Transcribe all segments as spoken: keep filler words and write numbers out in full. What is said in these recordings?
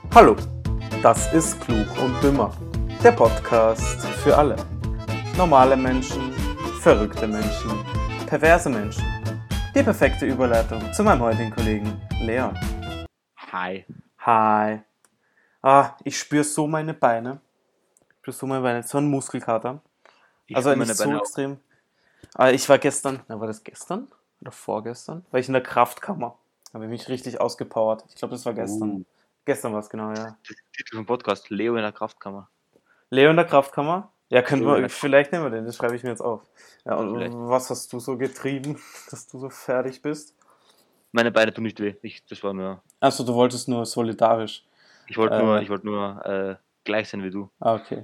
Hallo, das ist Klug und Dümmer, der Podcast für alle. Normale Menschen, verrückte Menschen, perverse Menschen. Die perfekte Überleitung zu meinem heutigen Kollegen Leon. Hi. Hi. Ah, ich spüre so meine Beine. Ich spüre so meine Beine, so einen Muskelkater. Ich Also spür nicht meine so Beine auch. extrem. Aber ich war gestern, na, war das gestern oder vorgestern? War ich in der Kraftkammer. Habe ich mich richtig ausgepowert. Ich glaube, das war gestern. Uh, Gestern war es genau, ja. das ist der Titel vom Podcast, Leo in der Kraftkammer. Leo in der Kraftkammer? Ja, können Leo in wir, der vielleicht nehmen wir den, das schreibe ich mir jetzt auf. Ja, und Vielleicht. was hast du so getrieben, dass du so fertig bist? Meine Beine tun nicht weh. Ich, das war nur. Achso, du wolltest nur solidarisch. Ich wollte Äh. nur, ich wollte nur äh, gleich sein wie du. Ah, okay.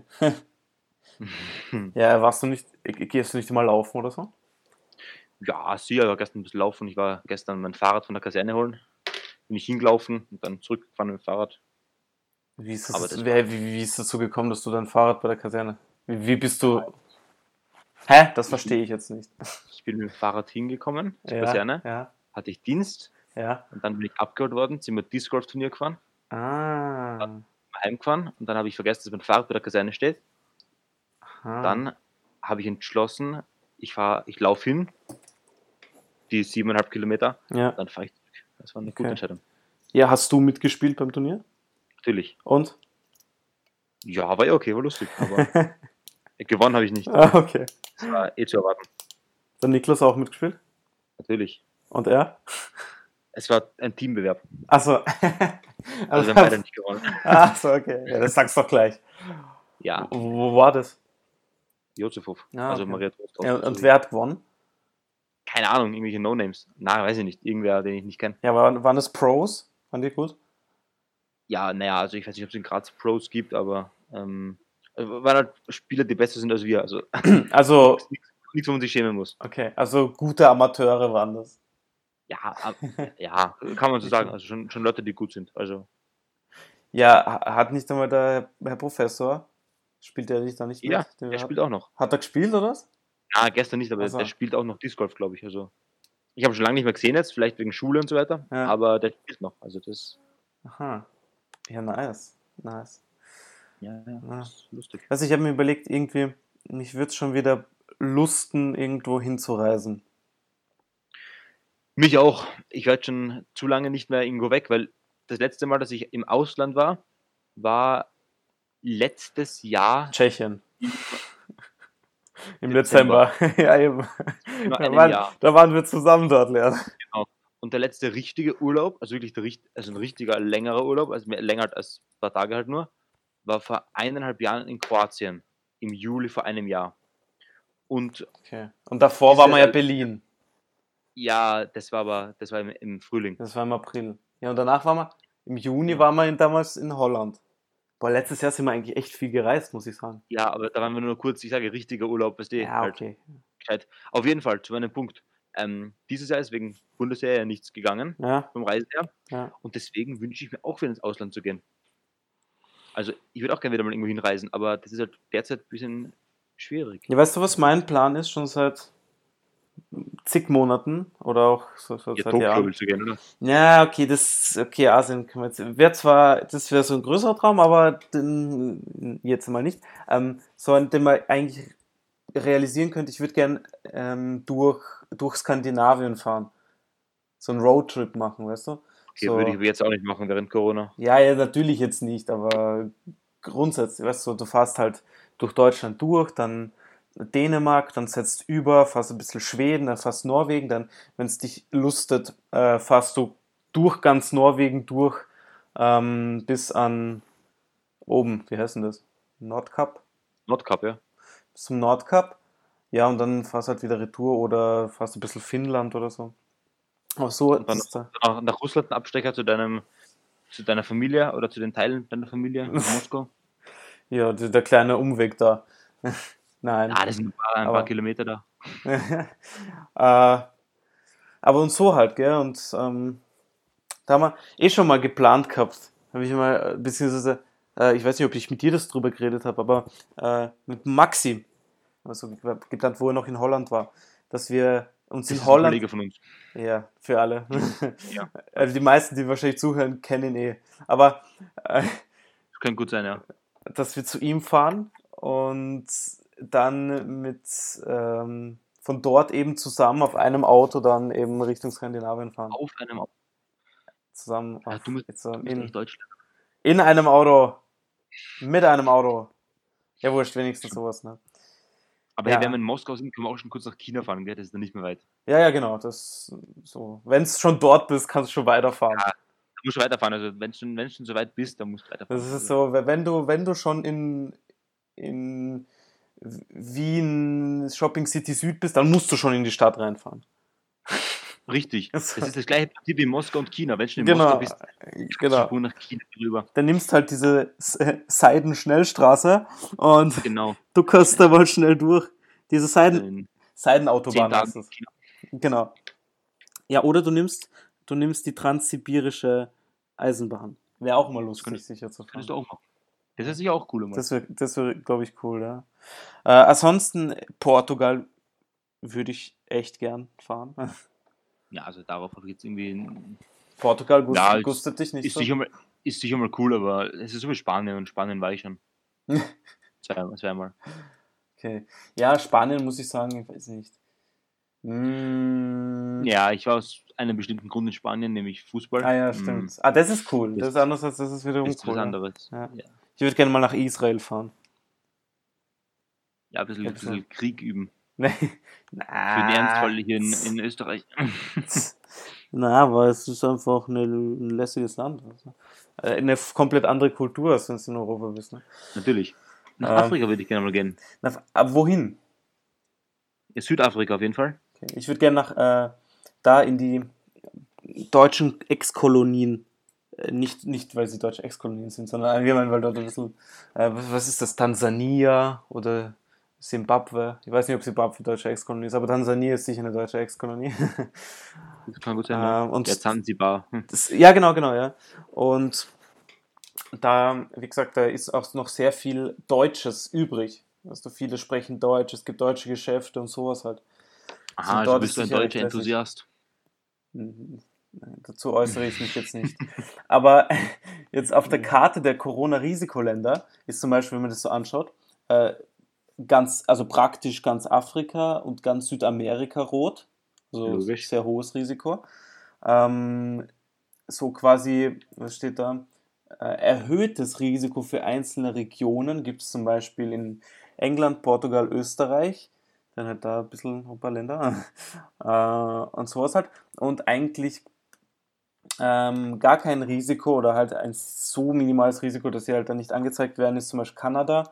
Ja, warst du nicht, gehst du nicht mal laufen oder so? Ja, sie, ich war gestern ein bisschen laufen. Ich war gestern mein Fahrrad von der Kaserne holen. Bin ich hingelaufen und dann zurückgefahren mit dem Fahrrad. Wie ist, Aber das, das wer, wie, wie ist dazu gekommen, dass du dein Fahrrad bei der Kaserne? Wie, wie bist du. Hä? Das verstehe ich jetzt nicht. Ich bin mit dem Fahrrad hingekommen zur Ja, Kaserne, ja, hatte ich Dienst ja. und dann bin ich abgeholt worden, sind wir Disc Golf Turnier gefahren, Ah. heimgefahren und dann habe ich vergessen, dass mein Fahrrad bei der Kaserne steht. Aha. Dann habe ich entschlossen, ich fahre, ich laufe hin, die siebeneinhalb Kilometer, Ja. dann fahre ich zurück. Das war eine Okay. gute Entscheidung. Ja, hast du mitgespielt beim Turnier? Natürlich. Und? Ja, war ja okay, war lustig, aber gewonnen habe ich nicht. Ah, okay. Das war eh zu erwarten. Der Niklas auch mitgespielt? Natürlich. Und er? Es war ein Teambewerb. Achso. Also wir haben beide nicht gewonnen. Achso, okay. Ja, das sagst du doch gleich. Ja, Wo, wo war das? Josefhof. Ah, Also okay. Maria Trost. Ja, und wer hat gewonnen? Keine Ahnung, irgendwelche No-Names. Na, weiß ich nicht. Irgendwer, den ich nicht kenne. Ja, waren, waren das Pros? Waren die gut? Ja, naja, also ich weiß nicht, ob es in Graz Pros gibt, aber ähm, also waren halt Spieler, die besser sind als wir. Also Also, nichts, nichts, wo man sich schämen muss. okay, also gute Amateure waren das. Ja, ab- ja, kann man so sagen. Also schon, schon Leute, die gut sind. Also Ja, ha- hat nicht einmal der Herr Professor, spielt der nicht da nicht mit? ja, Den wir er hatten? spielt auch noch. Hat er gespielt, oder was? Ah, gestern nicht, aber Ach so. der spielt auch noch Disc Golf, glaube ich. Also ich habe ihn schon lange nicht mehr gesehen jetzt, vielleicht wegen Schule und so weiter, Ja. aber der spielt noch. Also das, Aha. Ja, nice. Nice. ja, ja, Ja. das ist lustig. Also ich habe mir überlegt, irgendwie, mich würde es schon wieder lusten, irgendwo hinzureisen. Mich auch. Ich werde schon zu lange nicht mehr irgendwo weg, weil das letzte Mal, dass ich im Ausland war, war letztes Jahr Tschechien. Im Dezember. Dezember. Ja, eben. Nur Da einem waren, Jahr. da waren wir zusammen dort, Leon. Genau. Und der letzte richtige Urlaub, also wirklich der, richt- also ein richtiger längerer Urlaub, also mehr, länger als ein paar Tage halt nur, war vor eineinhalb Jahren in Kroatien, im Juli vor einem Jahr. Und Okay. Und davor Diese- waren wir ja Berlin. ja, das war aber, das war im, im Frühling. Das war im April. Ja, und danach waren wir, im Juni waren wir in, damals in Holland. Boah, letztes Jahr sind wir eigentlich echt viel gereist, muss ich sagen. Ja, aber da waren wir nur kurz, ich sage richtiger Urlaub, weißt du, Ja, halt okay. gescheit. Auf jeden Fall, zu meinem Punkt. Ähm, dieses Jahr ist wegen Bundesheer ja nichts gegangen, Ja, vom Reisen her. ja. Und deswegen wünsche ich mir auch wieder ins Ausland zu gehen. Also ich würde auch gerne wieder mal irgendwo hinreisen, aber das ist halt derzeit ein bisschen schwierig. Ja, weißt du, was mein Plan ist, schon seit zig Monaten oder auch so, so Ja, seit Tokio Jahren? willst du gehen, oder? Ja, okay, das, okay, Asien kann man jetzt, wäre zwar, das wäre so ein größerer Traum, aber den, jetzt mal nicht, ähm, so einen, den man eigentlich realisieren könnte, ich würde gern ähm, durch, durch Skandinavien fahren. So einen Roadtrip machen, weißt du? Okay, So, würde ich aber jetzt auch nicht machen während Corona. ja, ja, natürlich jetzt nicht, aber grundsätzlich, weißt du, du fährst halt durch Deutschland durch, dann Dänemark, dann setzt über, fährst ein bisschen Schweden, dann fährst Norwegen, dann, wenn es dich lustet, äh, fährst du durch ganz Norwegen durch ähm, bis an oben, wie heißt denn das? Nordkap? Nordkap, ja. Bis zum Nordkap. Ja, und dann fährst halt wieder Retour oder fährst ein bisschen Finnland oder so. Aber so, Und dann das ist da. nach, nach Russland einen Abstecher zu deinem, zu deiner Familie oder zu den Teilen deiner Familie in Moskau. Ja, der, der kleine Umweg da. Nein. Ah, das sind ein paar, ein Aber- paar Kilometer da. äh, aber und so halt, gell? Und ähm, da haben wir eh schon mal geplant gehabt. Habe ich mal, äh, beziehungsweise, äh, ich weiß nicht, ob ich mit dir das drüber geredet habe, aber äh, mit Maxi, also geplant, wo er noch in Holland war, dass wir Und Das in ist ein Holland, Kollege von uns. ja, für alle. Ja, Also die meisten, die wahrscheinlich zuhören, kennen ihn eh. Aber äh, das könnte gut sein, ja. dass wir zu ihm fahren und dann mit ähm, von dort eben zusammen auf einem Auto dann eben Richtung Skandinavien fahren. Auf einem Auto. Zusammen Ja, du auf, musst, jetzt so du musst in, echt Deutsch lernen. in einem Auto, mit einem Auto. Ja, wurscht, wenigstens sowas, ne? Aber hey, wenn wir Ja, in Moskau sind, können wir auch schon kurz nach China fahren, gell? Das ist dann nicht mehr weit. ja, ja, genau. Das so. Wenn es schon dort bist, kannst du schon weiterfahren. Ja, da musst du weiterfahren. Also wenn du schon, wenn du schon so weit bist, dann musst du Das weiterfahren. ist Also, so, wenn du, wenn du schon in, in Wien Shopping City Süd bist, dann musst du schon in die Stadt reinfahren. richtig. Also, Das ist das gleiche Prinzip wie in Moskau und China. Wenn du schon in Moskau genau, bist, kannst du genau. Spur nach China rüber. Dann nimmst halt diese S- äh, Seidenschnellstraße und Genau. du kannst da mal schnell durch. Diese Bist dann Seiden, in zehn Seidenautobahn Tagen heißt in es. China. Genau. Ja, oder du nimmst, du nimmst die transsibirische Eisenbahn. Wäre auch mal Das lustig, könntest, sicher zu könntest fahren. du auch machen. Das Ja. ist sicher auch cool mal. Das wäre, das wär, glaube ich, cool, ja. Äh, ansonsten, Portugal würde ich echt gern fahren. Ja, also darauf habe ich jetzt irgendwie. ein- Portugal gust, Ja, es gustet dich nicht ist so? sicher mal, ist sicher mal cool, aber es ist so wie Spanien und Spanien war ich schon. Zwei, zweimal. Okay. Ja, Spanien muss ich sagen, ich weiß nicht. Mm, Ja, ich war aus einem bestimmten Grund in Spanien, nämlich Fußball. ah ja, Mm, stimmt. Ah, das ist cool. Das Das ist andererseits, das ist wiederum ist was cool, ja. anderes. Ja. Ja, Ich würde gerne mal nach Israel fahren. ja ein bisschen, Ja, ein ein bisschen. bisschen Krieg üben. Nee. Für den Na, Ernstfall hier in, in Österreich. na, aber es ist einfach eine, ein lässiges Land. Also. Äh, Eine f- komplett andere Kultur, als wenn du in Europa bist. Ne? Natürlich. Nach Ähm, Afrika würde ich gerne mal gehen. na, aber wohin? Ja, Südafrika auf jeden Fall. Okay. Ich würde gerne nach äh, da in die deutschen Ex-Kolonien. Äh, Nicht, nicht, weil sie deutsche Ex-Kolonien sind, sondern allgemein, weil dort ein bisschen, äh, was, was ist das, Tansania oder Simbabwe? Ich weiß nicht, ob Simbabwe deutsche Ex-Kolonie ist, aber Tansania ist sicher eine deutsche Ex-Kolonie. Das kann gut sein, ja. ähm, und Ja, Zanzibar. Hm. das, ja, genau, genau, ja. Und da, wie gesagt, da ist auch noch sehr viel Deutsches übrig. Also viele sprechen Deutsch, es gibt deutsche Geschäfte und sowas halt. Aha, Also also dort ist bist du ein sicher recht deutscher lässig. Enthusiast. Mhm. Nein, dazu äußere ich mich jetzt nicht. Aber jetzt auf der Mhm. Karte der Corona-Risikoländer ist zum Beispiel, wenn man das so anschaut, äh, ganz, also praktisch ganz Afrika und ganz Südamerika rot. Also Logisch. sehr hohes Risiko. Ähm, so quasi, was steht da? Äh, erhöhtes Risiko für einzelne Regionen gibt es zum Beispiel in England, Portugal, Österreich. Dann halt da ein bisschen ein paar Länder. äh, und sowas halt. Und eigentlich ähm, gar kein Risiko oder halt ein so minimales Risiko, dass sie halt dann nicht angezeigt werden, ist zum Beispiel Kanada,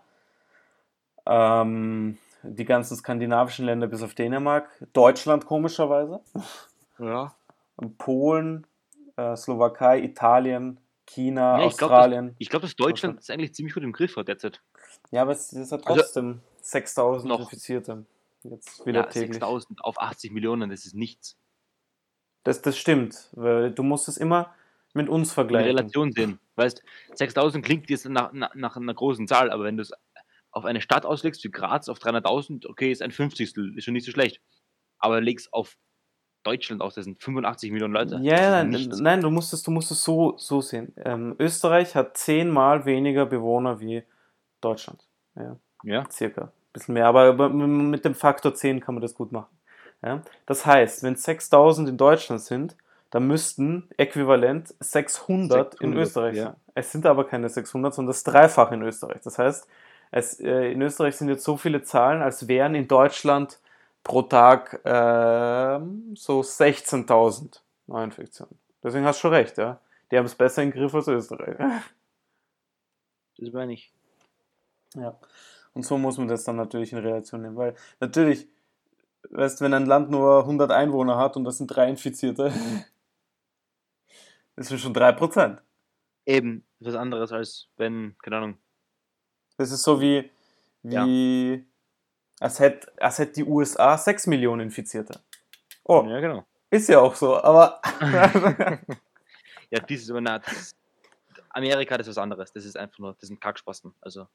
ähm, die ganzen skandinavischen Länder bis auf Dänemark, Deutschland komischerweise, Ja. Polen, äh, Slowakei, Italien, China, Ja, ich glaube, dass, Australien, ich glaub, dass Russland. Deutschland das eigentlich ziemlich gut im Griff hat derzeit. Ja, aber es ist ja Also trotzdem sechstausend noch, Infizierte. Jetzt wieder ja, täglich. sechstausend auf achtzig Millionen, das ist nichts. Das, das stimmt, weil du musst es immer mit uns In vergleichen. Relation sehen. Weißt, sechstausend klingt jetzt nach, nach, nach einer großen Zahl, aber wenn du es auf eine Stadt auslegst, wie Graz, auf dreihunderttausend, okay, ist ein Fünfzigstel, ist schon nicht so schlecht. Aber legst auf Deutschland aus, das sind fünfundachtzig Millionen Leute. Ja, Das ist ja, nein, nichts. nein, du musst es, du musst es so, so sehen. Ähm, Österreich hat zehnmal weniger Bewohner wie Deutschland. Ja, Ja, circa. Bisschen mehr, aber aber mit dem Faktor zehn kann man das gut machen. Ja? Das heißt, wenn sechstausend in Deutschland sind, dann müssten äquivalent sechshundert in sechshundert, Österreich ja. sein. Es sind aber keine sechshundert, sondern das Dreifache in Österreich. Das heißt, es, äh, in Österreich sind jetzt so viele Zahlen, als wären in Deutschland pro Tag ähm, so sechzehntausend Neuinfektionen. Deswegen hast du schon recht, ja. Die haben es besser im Griff als Österreich. Das meine ich. Ja. Und so muss man das dann natürlich in Relation nehmen, weil natürlich, weißt, wenn ein Land nur hundert Einwohner hat und das sind drei Infizierte, das sind schon drei Prozent. Eben, was anderes als wenn, keine Ahnung, Das ist so wie, ja. wie als hätte, als hätte die U S A sechs Millionen Infizierte. Oh, Ja, genau. ist ja auch so, aber Ja, dieses aber na, das, Amerika, das ist was anderes. Das ist einfach nur, das sind Kackspasten. Also,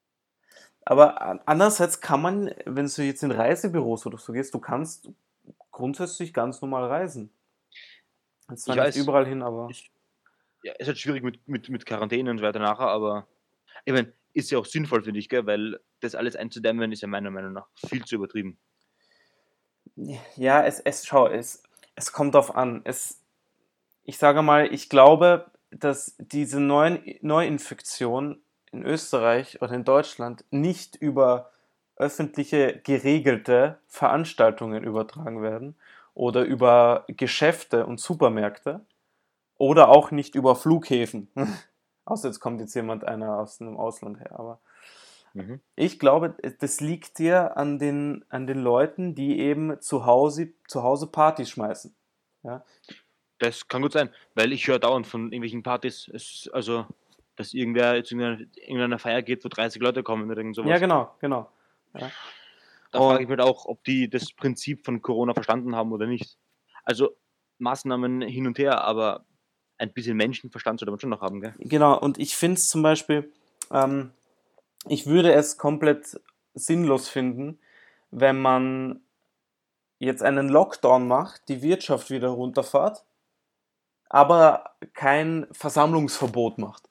aber andererseits kann man, wenn du jetzt in Reisebüros oder so gehst, du kannst grundsätzlich ganz normal reisen. Jetzt zwar Ich nicht weiß, überall hin, aber ich, ja, ist halt schwierig mit, mit, mit Quarantäne und so weiter nachher, aber ich meine, ist ja auch sinnvoll für dich, gell? Weil das alles einzudämmen ist ja meiner Meinung nach viel zu übertrieben. ja, es, es, schau, es, es kommt drauf an. Es, ich sage mal, ich glaube, dass diese neuen Neuinfektion in Österreich oder in Deutschland nicht über öffentliche geregelte Veranstaltungen übertragen werden oder über Geschäfte und Supermärkte oder auch nicht über Flughäfen. Außer jetzt kommt jetzt jemand einer aus einem Ausland her, aber Mhm. ich glaube, das liegt dir an den, an den Leuten, die eben zu Hause, zu Hause Partys schmeißen. Ja, Das kann gut sein, weil ich höre dauernd von irgendwelchen Partys, es, also, dass irgendwer jetzt in irgendeiner irgendeiner Feier geht, wo dreißig Leute kommen oder irgend ja sowas. genau, genau. Ja. Da frage ich Und mich halt auch, ob die das Prinzip von Corona verstanden haben oder nicht. Also Maßnahmen hin und her, aber ein bisschen Menschenverstand sollte man schon noch haben, gell? genau, und ich finde es zum Beispiel, ähm, ich würde es komplett sinnlos finden, wenn man jetzt einen Lockdown macht, die Wirtschaft wieder runterfährt, aber kein Versammlungsverbot macht.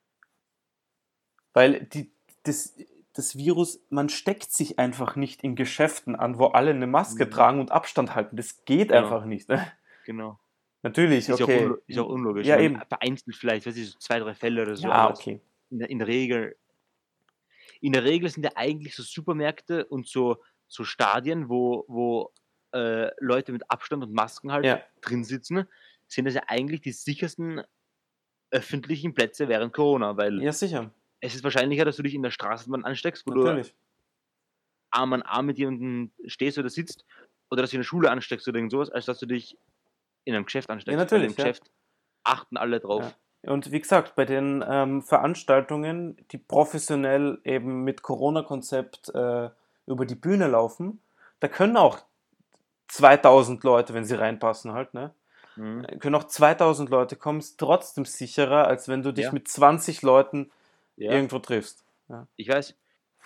Weil die, das, das Virus, man steckt sich einfach nicht in Geschäften an, wo alle eine Maske Mhm. tragen und Abstand halten. Das geht Genau, einfach nicht. genau. Natürlich, Ist ja auch, okay. unlo ist auch unlogisch. Ich Ja, meine, eben. vereinzelt vielleicht, weiß ich, so zwei, drei Fälle oder so, Ja, aber es, okay. in, der, in der Regel, in der Regel sind ja eigentlich so Supermärkte und so, so Stadien, wo, wo äh, Leute mit Abstand und Masken halt Ja, drin sitzen, sind das ja eigentlich die sichersten öffentlichen Plätze während Corona, weil ja, sicher. es ist wahrscheinlicher, dass du dich in der Straßenbahn ansteckst, wo du Natürlich. Arm an Arm mit jemandem stehst oder sitzt, oder dass du in der Schule ansteckst oder irgend sowas, als dass du dich in einem Geschäft Ja, ansteckst, weil im natürlich, ja. Geschäft achten alle Ja. drauf. Und wie gesagt, bei den ähm, Veranstaltungen, die professionell eben mit Corona-Konzept äh, über die Bühne laufen, da können auch zweitausend Leute, wenn sie reinpassen halt, ne? Mhm. Äh, Können auch zweitausend Leute kommen, ist trotzdem sicherer, als wenn du dich Ja, mit zwanzig Leuten ja, irgendwo triffst. Ja, ich weiß.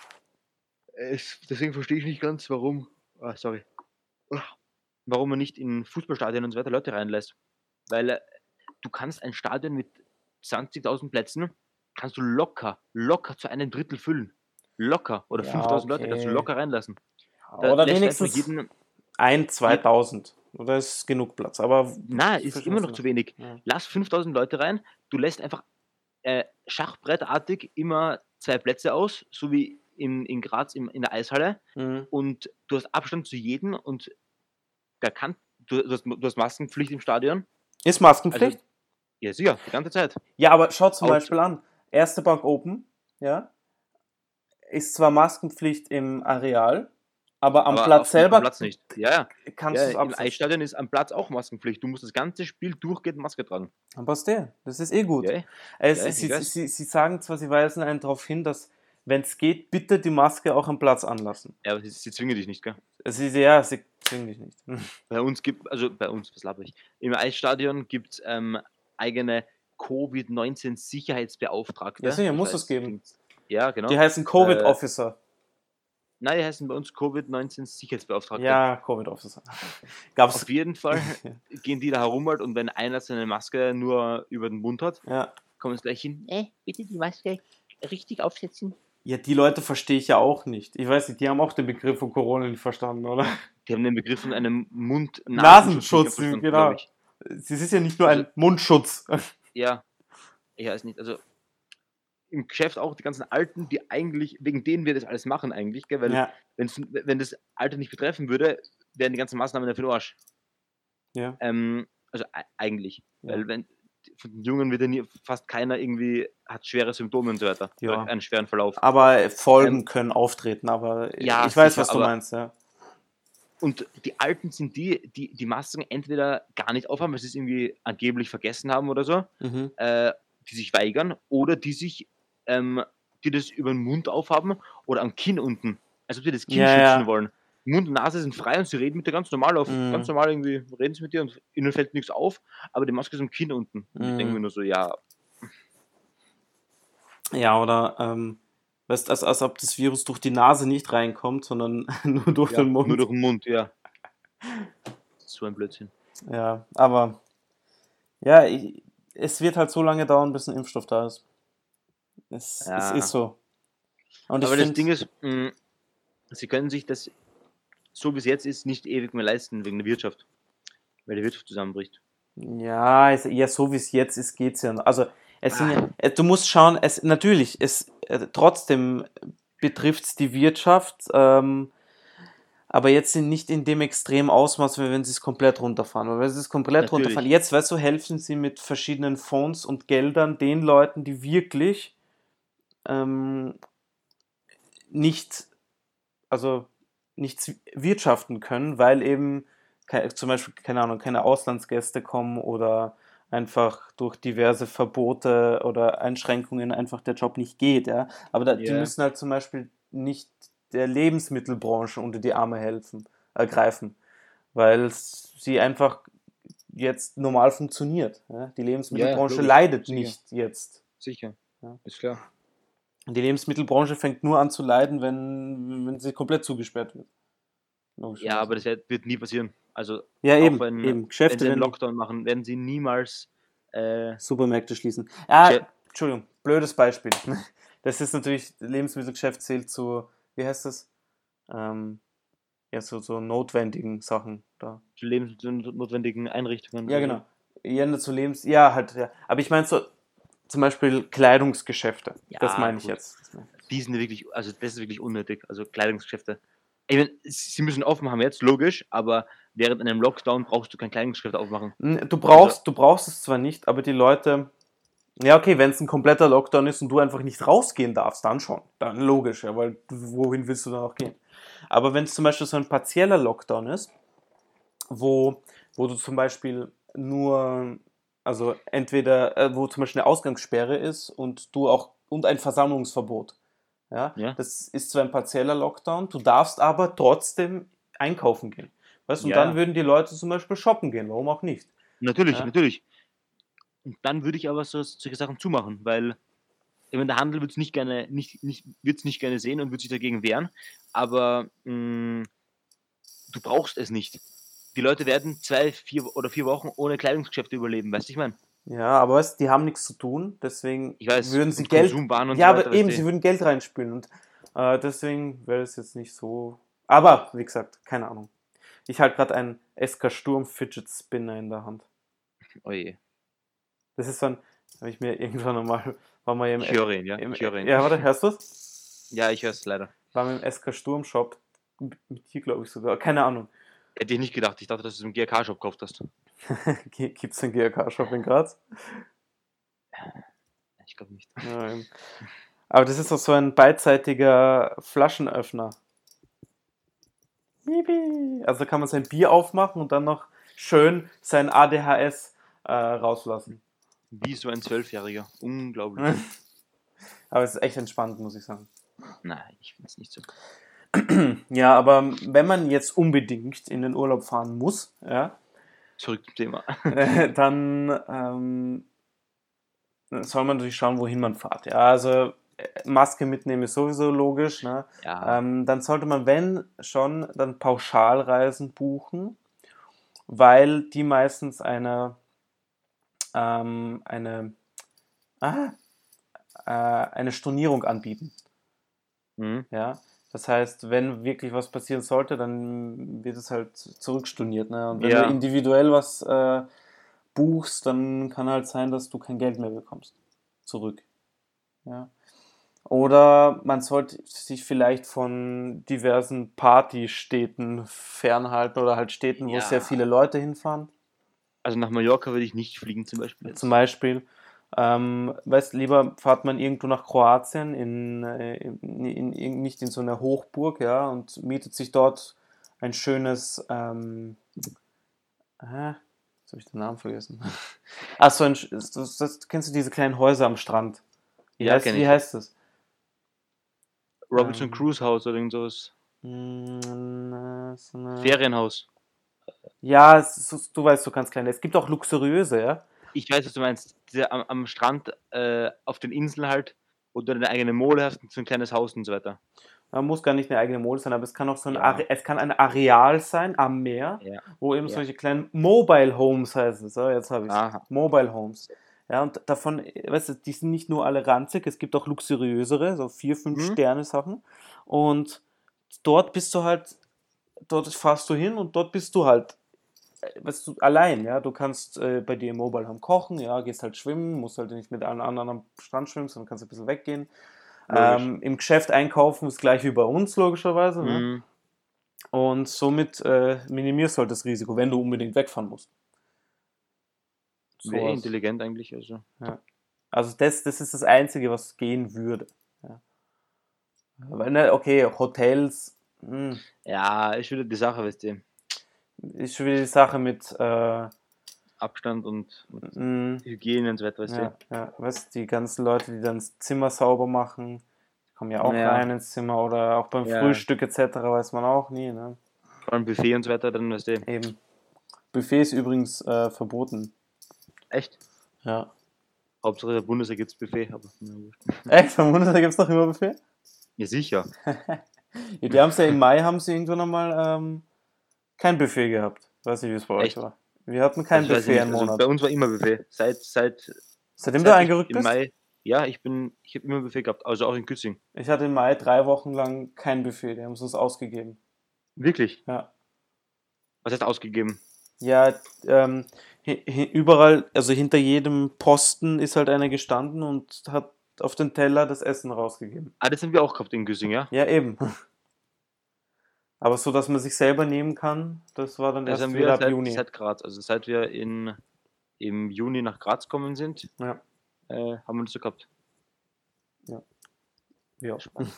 Es, deswegen verstehe ich nicht ganz, warum, ah, sorry, warum man nicht in Fußballstadien und so weiter Leute reinlässt. Weil äh, du kannst ein Stadion mit zwanzigtausend Plätzen, kannst du locker, locker zu einem Drittel füllen. Locker. Oder ja fünftausend Leute kannst du okay. locker reinlassen. Da Oder lässt du einfach wenigstens jeden, ein, je, zweitausend. Oder ist genug Platz. Aber na, ich ist verstehe, immer was du noch zu meinst. wenig. Ja. Lass fünftausend Leute rein, du lässt einfach äh, schachbrettartig immer zwei Plätze aus, so wie in, in Graz im, in der Eishalle. Mhm. Und du hast Abstand zu jedem und der kann, du, du, hast, du hast Maskenpflicht im Stadion. Ist Also, Maskenpflicht? ja, sicher, die ganze Zeit. Ja, aber schau zum Außer, Beispiel an. Erste Bank Open, ja, ist zwar Maskenpflicht im Areal, aber am aber Platz auf, am selber Platz nicht. Ja, ja. kannst Ja, du es im absetzen. Eisstadion ist am Platz auch Maskenpflicht. Du musst das ganze Spiel durchgehend Maske tragen. Dann passt der. Das ist eh Ja, gut. eh. Es, Ja, eh, sie, ich weiß. sie, sie sagen zwar, sie weisen einen darauf hin, dass, wenn es geht, bitte die Maske auch am Platz anlassen. Ja, aber sie, sie zwingen dich nicht, gell? Es ist, ja, sie zwingen dich nicht. Bei uns gibt, also bei uns, was laber ich? Im Eisstadion gibt es ähm, eigene Covid neunzehn Ja, Sicherheitsbeauftragte. sicher, Also muss es heißt, geben. klingt, ja, Die genau. heißen Äh, Covid-Officer. nein, die heißen bei uns Covid neunzehn Sicherheitsbeauftragte. Ja, Covid-Officer. Gab's. Auf jeden Fall gehen die da herum halt und wenn einer seine Maske nur über den Mund hat, Ja. kommen es gleich hin. Äh, bitte die Maske richtig aufsetzen. Ja, die Leute verstehe ich ja auch nicht. Ich weiß nicht, die haben auch den Begriff von Corona nicht verstanden, oder? Die haben den Begriff von einem Mund-Nasenschutz nicht Nasenschutz, verstanden, glaube genau. ich. Es ist ja nicht nur Also, ein Mundschutz. ja, ich weiß nicht. Also im Geschäft auch die ganzen Alten, die eigentlich, wegen denen wir das alles machen eigentlich, gell? Weil Ja, wenn's, wenn das Alter nicht betreffen würde, wären die ganzen Maßnahmen ja für den Arsch. ja, Ähm, also e- eigentlich. ja. Weil wenn von den Jungen wird ja nie, fast keiner irgendwie, hat schwere Symptome und so weiter. Ja. Oder einen schweren Verlauf. Aber Folgen Ähm, können auftreten, aber ja, ich weiß, sicher, was du aber meinst, ja. und die Alten sind die, die die Masken entweder gar nicht aufhaben, weil sie es irgendwie angeblich vergessen haben oder so, Mhm. äh, die sich weigern, oder die sich, ähm, die das über den Mund aufhaben oder am Kinn unten, als ob sie das Kinn Ja, schützen ja. wollen. Mund und Nase sind frei und sie reden mit dir ganz normal auf, ganz Mhm. normal irgendwie reden sie mit dir und ihnen fällt nichts auf, aber die Maske ist am Kinn unten. Und ich denke mir Mhm. nur so, ja, Ja, oder, ähm, weißt, als, als ob das Virus durch die Nase nicht reinkommt, sondern nur durch ja, den nur Mund. durch den Mund, ja. ist so ein Blödsinn. Ja, aber ja, ich, es wird halt so lange dauern, bis ein Impfstoff da ist. Es, es ist Ja. so. Und ich Aber das finde, Ding ist, mh, sie können sich das, so wie es jetzt ist, nicht ewig mehr leisten wegen der Wirtschaft. Weil die Wirtschaft zusammenbricht. ja, es, ja, so wie es jetzt ist, geht's ja noch. Also, es sind ja, Ah, äh, du musst schauen, es, natürlich, es, äh, trotzdem betrifft es die Wirtschaft, ähm, aber jetzt sind nicht in dem extremen Ausmaß, wie wenn sie es komplett runterfahren. Weil wenn sie es komplett runterfahren, natürlich. jetzt, weißt du, helfen sie mit verschiedenen Fonds und Geldern den Leuten, die wirklich ähm, nicht, also nichts wirtschaften können, weil eben kei- zum Beispiel, keine Ahnung, keine Auslandsgäste kommen oder einfach durch diverse Verbote oder Einschränkungen einfach der Job nicht geht, ja. Aber da, die Ja, müssen halt zum Beispiel nicht der Lebensmittelbranche unter die Arme helfen, äh, greifen, weil sie einfach jetzt normal funktioniert. Ja? Die ja, ja, Lebensmittelbranche logisch. leidet Sicher. nicht jetzt. Sicher. Ja? Ist klar. Die Lebensmittelbranche fängt nur an zu leiden, wenn, wenn sie komplett zugesperrt wird. Ja, Logischerweise. aber das wird wird nie passieren. Also, Ja, auch eben, wenn, eben. wenn Geschäfte sie einen werden nie. Lockdown machen, werden sie niemals äh, Supermärkte schließen. Geschä- Ja, Entschuldigung, blödes Beispiel. Das ist natürlich, Lebensmittelgeschäft zählt zu, wie heißt das? Ähm, ja, so, so notwendigen Sachen da. lebensnotwendigen Einrichtungen Ja, oder so. genau. Ja, nicht zu Lebens, ja, halt, ja. Aber ich meine so, zum Beispiel Kleidungsgeschäfte. Das Ja, meine ich gut. jetzt. Das meine ich jetzt. Die sind wirklich, also das ist wirklich unnötig. Also Kleidungsgeschäfte. Ich meine, sie müssen offen haben jetzt, logisch, aber während einem Lockdown brauchst du kein Kleidungsgeschäft aufmachen. N- Du Also, brauchst, du brauchst es zwar nicht, aber die Leute, ja, okay, wenn es ein kompletter Lockdown ist und du einfach nicht rausgehen darfst, dann schon. Dann logisch, ja, weil wohin willst du dann auch gehen? Aber wenn es zum Beispiel so ein partieller Lockdown ist, wo, wo du zum Beispiel nur, also entweder, äh, wo zum Beispiel eine Ausgangssperre ist und du auch, und ein Versammlungsverbot. Ja, ja, das ist zwar ein partieller Lockdown, du darfst aber trotzdem einkaufen gehen. Weißt du, und ja, dann ja. würden die Leute zum Beispiel shoppen gehen, warum auch nicht? Natürlich, Ja, natürlich. Und dann würde ich aber so, solche Sachen zumachen, weil ich meine, der Handel wird es nicht gerne, nicht, nicht, wird's nicht gerne sehen und wird sich dagegen wehren, aber mh, du brauchst es nicht. Die Leute werden zwei, vier oder vier Wochen ohne Kleidungsgeschäfte überleben, weißt du, ich meine? ja, aber weißt, die haben nichts zu tun, deswegen Ich weiß, würden sie und Geld, Konsumwahn und so ja, weiter, aber weißt eben, sie du. würden Geld reinspülen und äh, deswegen wäre es jetzt nicht so. Aber, wie gesagt, keine Ahnung. Ich halte gerade einen S K Sturm Fidget Spinner in der Hand. Oh je. Das ist so ein, habe ich mir irgendwann nochmal, war mal im, Ich höre ihn, ja, im, ich höre ihn. ja, warte, hörst du es? Ja, ich höre es leider. War mir im S K Sturm Shop, mit dir glaube ich sogar, keine Ahnung. Hätte ich nicht gedacht. Ich dachte, dass du es im G R K-Shop gekauft hast. Gibt es einen G R K Shop in Graz? Ich glaube nicht. Ja, eben. Aber das ist doch so ein beidseitiger Flaschenöffner. Yippie. Also kann man sein Bier aufmachen und dann noch schön sein A D H S äh, rauslassen. Wie so ein Zwölfjähriger. Unglaublich. Aber es ist echt entspannt, muss ich sagen. Nein, ich finde es nicht so. Ja, aber wenn man jetzt unbedingt in den Urlaub fahren muss, ja, Zurück zum Thema. äh, dann ähm, soll man natürlich schauen, wohin man fährt. Ja, also äh, Maske mitnehmen ist sowieso logisch. Ne? Ja, Ähm, dann sollte man, wenn schon, dann Pauschalreisen buchen, weil die meistens eine, ähm, eine, ah, äh, eine Stornierung anbieten. mhm. Ja? Das heißt, wenn wirklich was passieren sollte, dann wird es halt zurückstorniert. Ne? Und wenn du Ja, individuell was äh, buchst, dann kann halt sein, dass du kein Geld mehr bekommst. Zurück. Ja? Oder man sollte sich vielleicht von diversen Partystädten fernhalten oder halt Städten, wo sehr ja. viele Leute hinfahren. Also nach Mallorca würde ich nicht fliegen, zum Beispiel Zum jetzt. Beispiel, ähm, weißt, lieber fahrt man irgendwo nach Kroatien, in, äh, in, in, in, nicht in so einer Hochburg, ja, und mietet sich dort ein schönes, ähm, äh, jetzt habe ich den Namen vergessen. Ach so, ein, sch- das, das, kennst du diese kleinen Häuser am Strand? Wie Ja, heißt, kenne wie ich. heißt das? Robinson Ähm, Cruise House oder irgend sowas. mh, so eine, Ferienhaus. ja, es ist, du weißt, so ganz kleine. Es gibt auch luxuriöse, ja. Ich weiß, was du meinst. Diese, am, am Strand, äh, auf den Inseln halt, wo du deine eigene Mole hast und so ein kleines Haus und so weiter. Man muss gar nicht eine eigene Mole sein, aber es kann auch so ein, Ja. Are es kann ein Areal sein am Meer, Ja. wo eben Ja. solche kleinen Mobile Homes heißen. So, jetzt habe ich es. Aha. Mobile Homes. Ja, und davon, weißt du, die sind nicht nur alle ranzig, es gibt auch luxuriösere, so vier, fünf Mhm. Sterne Sachen. Und dort bist du halt, dort fahrst du hin und dort bist du halt, äh, weißt du, allein, ja. Du kannst äh, bei dir im Mobile Home kochen, ja, gehst halt schwimmen, musst halt nicht mit allen anderen am Strand schwimmen, sondern kannst ein bisschen weggehen. Logisch. Ähm, Im Geschäft einkaufen ist gleich wie bei uns, logischerweise. Ne? Mhm. Und somit äh, minimierst du halt das Risiko, wenn du unbedingt wegfahren musst. Wäre eh Sowas. intelligent eigentlich. Also. Ja. Also das, das ist das Einzige, was gehen würde. Ja. Weil, ne, okay, Hotels hm, Ja, ist wieder die Sache, weißt du. ist schon wieder die Sache mit äh, Abstand und, und hm, Hygiene und so weiter, weißt ja, ja, weißt, die ganzen Leute, die dann das Zimmer sauber machen, die kommen ja du. auch Ja, rein ins Zimmer oder auch beim ja. Frühstück et cetera weiß man auch nie. Ne? Vor allem Buffet und so weiter, dann weißt du. Eben. Buffet ist übrigens äh, verboten. Echt? Ja. Hauptsache der Bundeswehr gibt's Buffet, aber na wurscht. Echt? Vom Bundestag gibt es noch immer Buffet? Ja, sicher. Ja, die haben es ja im Mai, haben sie irgendwann einmal ähm, kein Buffet gehabt. Weiß nicht, wie es bei euch Echt? war. Wir hatten kein Das weiß ich Buffet nicht. einen Also Monat. bei uns war immer Buffet. Seit, seit, Seitdem du seit ich eingerückt im bist? Mai, ja, ich bin, ich habe immer Buffet gehabt, also auch in Kützing. Ich hatte im Mai drei Wochen lang kein Buffet. Die haben es uns ausgegeben. Wirklich? Ja. Was heißt ausgegeben? Ja, ähm, hi- hi- überall, also hinter jedem Posten ist halt einer gestanden und hat auf den Teller das Essen rausgegeben. Ah, das haben wir auch gehabt in Kützing, ja? Ja, eben. Aber so, dass man sich selber nehmen kann, das war dann Das erst haben wieder wir ab seit, Juni. seit Graz. Also seit wir in, im Juni nach Graz gekommen sind, Ja, äh, haben wir das so gehabt. ja. Spannend.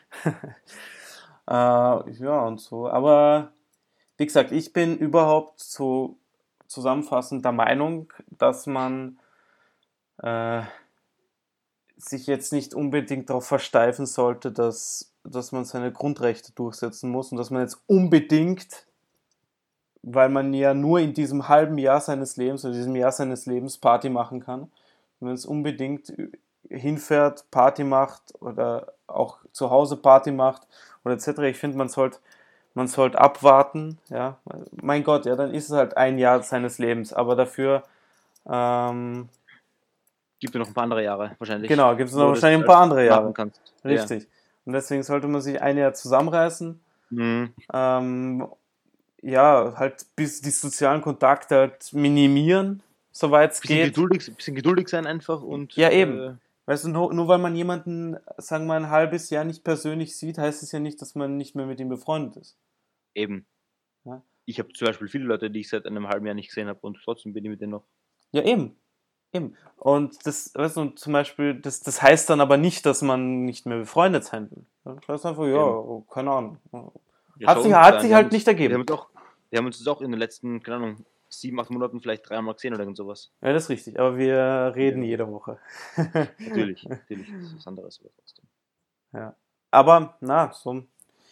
Äh, ja, und so. Aber wie gesagt, ich bin überhaupt so zusammenfassend der Meinung, dass man äh, sich jetzt nicht unbedingt darauf versteifen sollte, dass, dass man seine Grundrechte durchsetzen muss und dass man jetzt unbedingt, weil man ja nur in diesem halben Jahr seines Lebens oder diesem Jahr seines Lebens Party machen kann, wenn man jetzt unbedingt hinfährt, Party macht oder auch zu Hause Party macht oder et cetera. Ich finde, man sollte man sollte abwarten, ja. Mein Gott, ja, dann ist es halt ein Jahr seines Lebens, aber dafür, ähm, Gibt ja noch ein paar andere Jahre wahrscheinlich. genau, gibt es noch wo du das wahrscheinlich ein paar alles andere machen Jahre. kannst. Richtig. Und deswegen sollte man sich ein Jahr zusammenreißen, Ja. Mhm. ähm, ja, halt bis die sozialen Kontakte halt minimieren, soweit es Bisschen geht. geduldig, bisschen geduldig sein einfach und Ja, eben. äh, Weißt du, nur, nur weil man jemanden, sagen wir, ein halbes Jahr nicht persönlich sieht, heißt es ja nicht, dass man nicht mehr mit ihm befreundet ist. eben. Ja, Ich habe zum Beispiel viele Leute, die ich seit einem halben Jahr nicht gesehen habe und trotzdem bin ich mit denen noch. ja eben. Eben. Und das, weißt du, zum Beispiel, das, das heißt dann aber nicht, dass man nicht mehr befreundet sein will. Das heißt einfach, ja, Eben. keine Ahnung. Ja, Hat schau sich, uns hat an. sich Wir haben halt uns, nicht wir ergeben. haben uns auch, wir haben uns das auch in den letzten, keine Ahnung, sieben, acht Monaten vielleicht dreimal gesehen oder irgend sowas. Ja, das ist richtig, aber wir reden Ja. jede Woche. Natürlich, natürlich, das ist was anderes, aber trotzdem. Ja. Aber, na, so,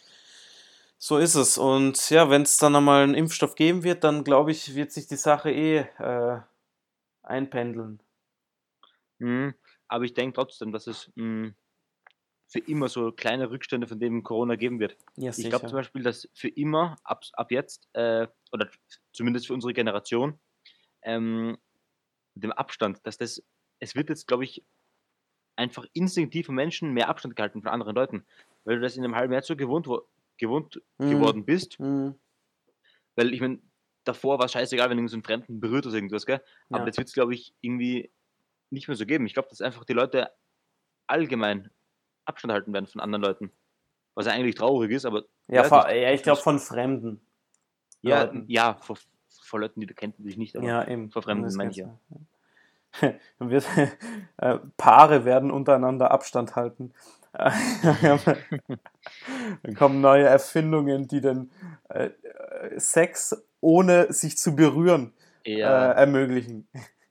so ist es. Und ja, wenn es dann einmal einen Impfstoff geben wird, dann glaube ich, wird sich die Sache eh äh, einpendeln. Mhm. Aber ich denke trotzdem, dass es mh, für immer so kleine Rückstände von dem Corona geben wird. Ja, Ich glaube zum sicher. Beispiel, dass für immer, ab, ab jetzt, äh, oder zumindest für unsere Generation, ähm, mit dem Abstand, dass das, es wird jetzt, glaube ich, einfach instinktiv von Menschen mehr Abstand gehalten von anderen Leuten, weil du das in einem halben Jahr so gewohnt, wo, gewohnt Mhm. geworden bist, Mhm. weil ich meine, davor war es scheißegal, wenn du so einen Fremden berührt oder irgendwas, gell? Aber Ja. jetzt wird es, glaube ich, irgendwie nicht mehr so geben. Ich glaube, dass einfach die Leute allgemein Abstand halten werden von anderen Leuten. Was ja eigentlich traurig ist, aber Ja, weiß vor, nicht, ja, ich glaube von fremden ja, Leuten. ja, vor, vor Leuten, die du kennst, natürlich nicht, aber Ja, eben. vor Fremden Das meine ich geht's, ja. Dann wird, äh, Paare werden untereinander Abstand halten. Dann kommen neue Erfindungen, die den äh, äh, Sex ohne sich zu berühren äh, Ja, ermöglichen.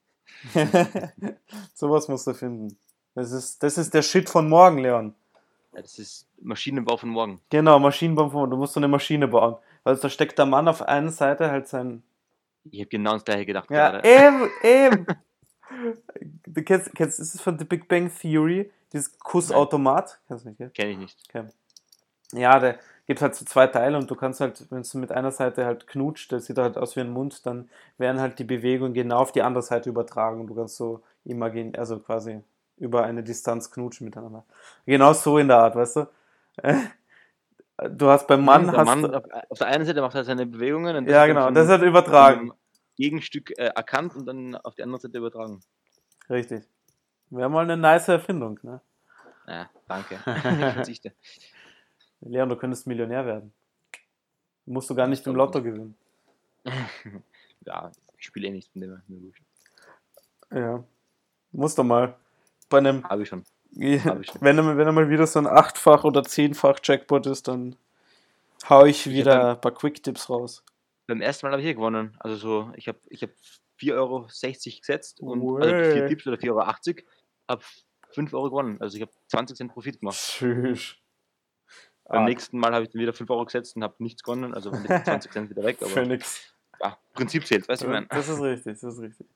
Sowas musst du finden. Das ist, das ist der Shit von morgen, Leon. das ist Maschinenbau von morgen. Genau, Maschinenbau von morgen. Du musst so eine Maschine bauen. Also da steckt der Mann auf einer Seite halt sein. Ich habe genau das gleiche gedacht Ja, gerade. eben, eben. Du kennst, kennst, ist es von The Big Bang Theory? Dieses Nein, Kussautomat? Kennst du nicht, gell? kenne ich nicht. Okay. Ja, der gibt halt so zwei Teile und du kannst halt, wenn du mit einer Seite halt knutscht, das sieht halt aus wie ein Mund, dann werden halt die Bewegungen genau auf die andere Seite übertragen und du kannst so imagin, also quasi über eine Distanz knutschen miteinander. Genau so in der Art, weißt du? Du hast beim Mhm, Mann der hast, Mann auf, auf der einen Seite macht er seine Bewegungen und das ja ist dann genau, das ist von, halt von übertragen. dem Gegenstück äh, erkannt und dann auf die andere Seite übertragen. Richtig. Wäre mal eine nice Erfindung, ne? Ja, danke. Ich verzichte. Leon, du könntest Millionär werden. Musst du gar Das nicht im glaube ich Lotto nicht. gewinnen. Ja, ich spiele eh nicht von dem her. Mir wurscht. Ja, musst du mal. Bei einem, Habe ich schon. Habe ich schon. wenn er, wenn er mal wieder so ein achtfach oder zehnfach Jackpot ist, dann hau ich Ich habe beim, wieder ein paar Quick-Tips raus. beim ersten Mal habe ich hier gewonnen. Also so, ich habe ich hab vier Euro sechzig gesetzt und also vier Uäh. Tipps oder vier Euro achtzig, habe fünf Euro gewonnen. Also ich habe zwanzig Cent Profit gemacht. Tschüss. Beim Arg. nächsten Mal habe ich dann wieder fünf Euro gesetzt und habe nichts gewonnen. Also waren die zwanzig Cent wieder weg, Für aber nix. ja, Prinzip zählt, weißt du, wie ich meine. Das ist richtig, das ist richtig.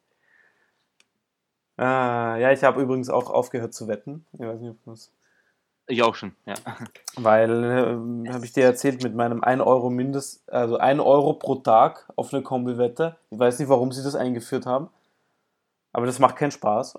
Ah, ja, ich habe übrigens auch aufgehört zu wetten. Ich weiß nicht, ob das. Ich auch schon, ja. Weil, ähm, habe ich dir erzählt, mit meinem ein Euro Mindest, also ein Euro pro Tag auf eine Kombi-Wette. Ich weiß nicht, warum sie das eingeführt haben, aber das macht keinen Spaß.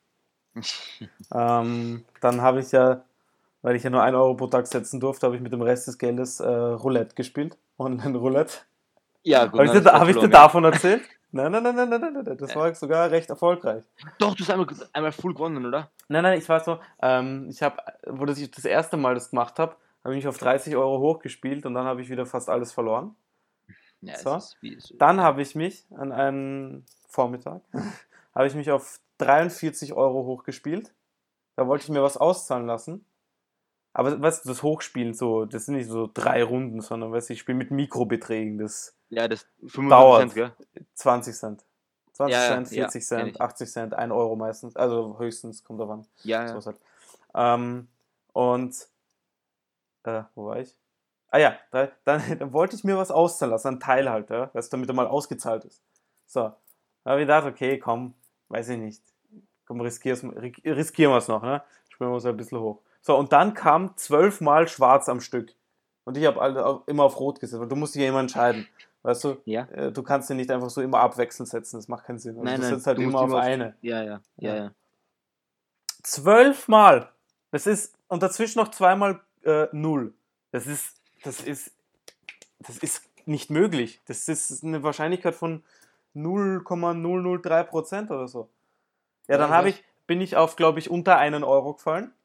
ähm, dann habe ich ja, weil ich ja nur ein Euro pro Tag setzen durfte, habe ich mit dem Rest des Geldes äh, Roulette gespielt. Online-Roulette. Ja, gut, Habe ich, dann dir, hast du auch hab ich dir verloren, gell? davon erzählt? Nein, nein, nein, nein, nein, nein, nein, das Äh, war sogar recht erfolgreich. Doch, du hast einmal, einmal full gewonnen, oder? Nein, nein, ich war so, ähm, ich habe, wo das ich das erste Mal das gemacht habe, habe ich mich auf dreißig Euro hochgespielt und dann habe ich wieder fast alles verloren. Ja, es So. ist wie so, Dann ja. habe ich mich an einem Vormittag, habe ich mich auf dreiundvierzig Euro hochgespielt. Da wollte ich mir was auszahlen lassen. Aber weißt du, das Hochspielen so, das sind nicht so drei Runden, sondern weißt du, ich spiele mit Mikrobeträgen. Das Ja, das fünfundzwanzig Cent, dauert gell? zwanzig Cent. zwanzig Ja, ja, Cent, ja, vierzig kenne Cent, ich. achtzig Cent, ein Euro meistens. Also höchstens, kommt davon. Ja, So ja. was halt. Ähm, und, äh, wo war ich? Ah ja, da, dann, dann wollte ich mir was auszahlen lassen, ein Teil halt, ja, weißt du, damit er mal ausgezahlt ist. So, da habe ich gedacht, okay, komm, weiß ich nicht. Komm, riskier's, riskieren wir es noch, ne? Spielen wir es ein bisschen hoch. So, und dann kam zwölfmal schwarz am Stück. Und ich habe immer auf rot gesetzt, weil du musst dich ja immer entscheiden. Weißt du, Ja? äh, du kannst ja nicht einfach so immer abwechselnd setzen, das macht keinen Sinn. Also Nein, du nein, setzt halt du musst immer auf immer auf. eine. Ja, ja, ja, Ja. ja. Zwölfmal! Das ist, und dazwischen noch zweimal äh, null. Das ist, das ist, das ist nicht möglich. Das ist eine Wahrscheinlichkeit von null Komma null null drei Prozent oder so. Ja, Ja, dann ich habe weiß. ich, bin ich auf, glaube ich, unter einen Euro gefallen.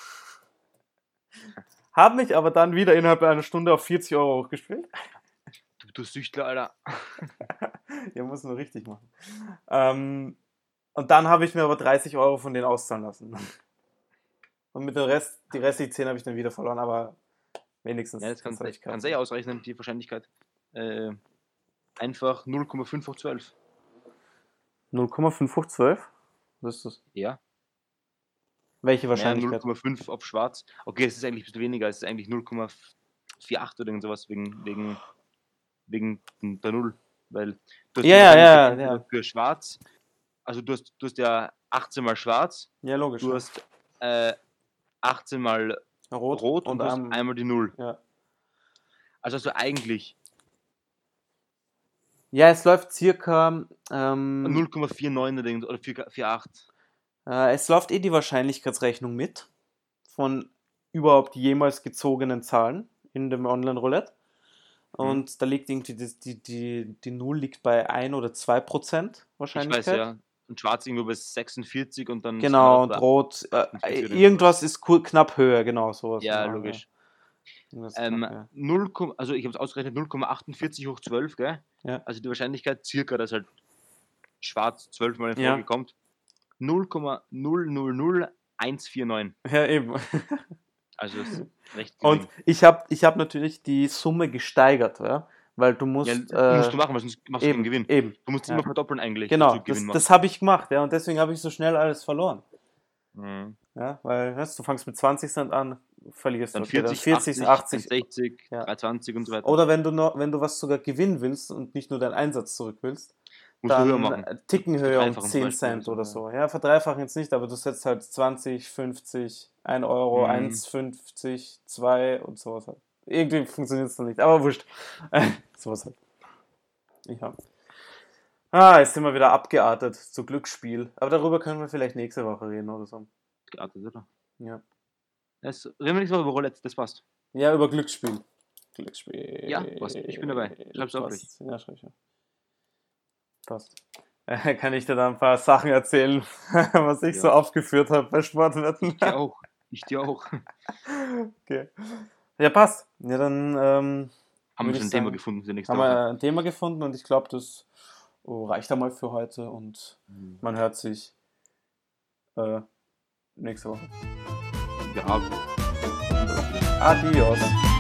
Habe mich aber dann wieder innerhalb einer Stunde auf vierzig Euro hochgespielt. Du, du Süchtler, Alter. Ihr muss nur richtig machen. Ähm, und dann habe ich mir aber dreißig Euro von denen auszahlen lassen. Und mit dem Rest, die restlichen zehn habe ich dann wieder verloren, aber wenigstens, Ja, das das kannst habe du ich gehabt. kannst eh ausrechnen, die Wahrscheinlichkeit. Äh, einfach null Komma fünf hoch zwölf. null Komma fünf hoch zwölf? Was ist das? Ja. Welche Naja, Wahrscheinlichkeit? null Komma fünf auf schwarz. Okay, es ist eigentlich ein bisschen weniger. Es ist eigentlich null Komma vierundachtzig oder irgend sowas wegen, wegen, wegen der Null. Weil du hast Ja, die ja, Wahrscheinlichkeit ja, entweder ja. für schwarz, also du hast, du hast ja achtzehn mal schwarz, Ja, logisch. du Ja. hast äh, achtzehn mal Rot rot und und du hast am, einmal die Null. ja. Also hast du eigentlich Ja, es läuft circa, ähm, null Komma neunundvierzig oder irgend- oder vier Komma achtzig. äh, es läuft eh die Wahrscheinlichkeitsrechnung mit von überhaupt jemals gezogenen Zahlen in dem Online-Roulette. Hm? Und da liegt irgendwie, das, die, die, die Null liegt bei ein oder zwei Prozent Ich weiß Wahrscheinlichkeit. ja. Und schwarz irgendwo bei sechsundvierzig und dann das andere Genau, und bei Rot, äh, achtundvierzig oder irgend irgendwas sowas. ist kur- knapp höher, genau, sowas. Ja, Genau, ja. logisch. Irgendwas knapp Ähm, höher. null, also ich habe es ausgerechnet, null Komma achtundvierzig hoch zwölf, gell? Ja, Also die Wahrscheinlichkeit circa, dass halt schwarz zwölf Mal in Frage ja, kommt, null Komma null null null eins vier neun. ja, eben. Also ist recht Und gering. ich habe ich hab natürlich die Summe gesteigert, ja, weil du Ja, musst, musst äh, du machen, weil sonst machst du keinen eben, Gewinn. eben, Du musst immer ja, verdoppeln eigentlich, dass genau, du Gewinn das, machst. das habe ich gemacht, ja, und deswegen habe ich so schnell alles verloren. Mhm. Ja, weil, weißt, du fängst mit zwanzig Cent an, verlierst du, Dann okay, dann vierzig, vierzig, achtzig, achtzig, hundertsechzig, ja. dreihundertzwanzig und so weiter. Oder wenn du noch, wenn du was sogar gewinnen willst und nicht nur deinen Einsatz zurück willst, Musst du höher dann machen. äh, Ticken höher um Verdreifachen zum zehn Beispiel Cent oder oder so, so. Ja, verdreifachen jetzt nicht, aber du setzt halt zwanzig, fünfzig, ein Euro, Mhm. eins fünfzig, zwei und sowas halt. Irgendwie funktioniert es noch nicht, aber wurscht. Sowas halt. Ja. Ah, jetzt sind wir wieder abgeartet zu Glücksspiel. Aber darüber können wir vielleicht nächste Woche reden oder so. Geartet, oder? Ja. Das, reden wir nächste Woche über Roulette, das passt. Ja, über Glücksspiel. Glücksspiel. Ja, passt. Ich bin dabei. Schreib's auf gleich. Passt. Ja, schreib ich auf. Passt. Äh, kann ich dir da ein paar Sachen erzählen, was ich Ja. so aufgeführt habe bei Sportwetten? Ich dir auch. Ich dir auch. Okay. Ja, passt. Ja, dann ähm, Haben wir würd schon ich ein Thema sagen, gefunden für nächste haben Woche. wir ein Thema gefunden und ich glaube, das oh, reicht einmal für heute und Mhm. man hört sich äh, nächste Woche. Ja, Adios.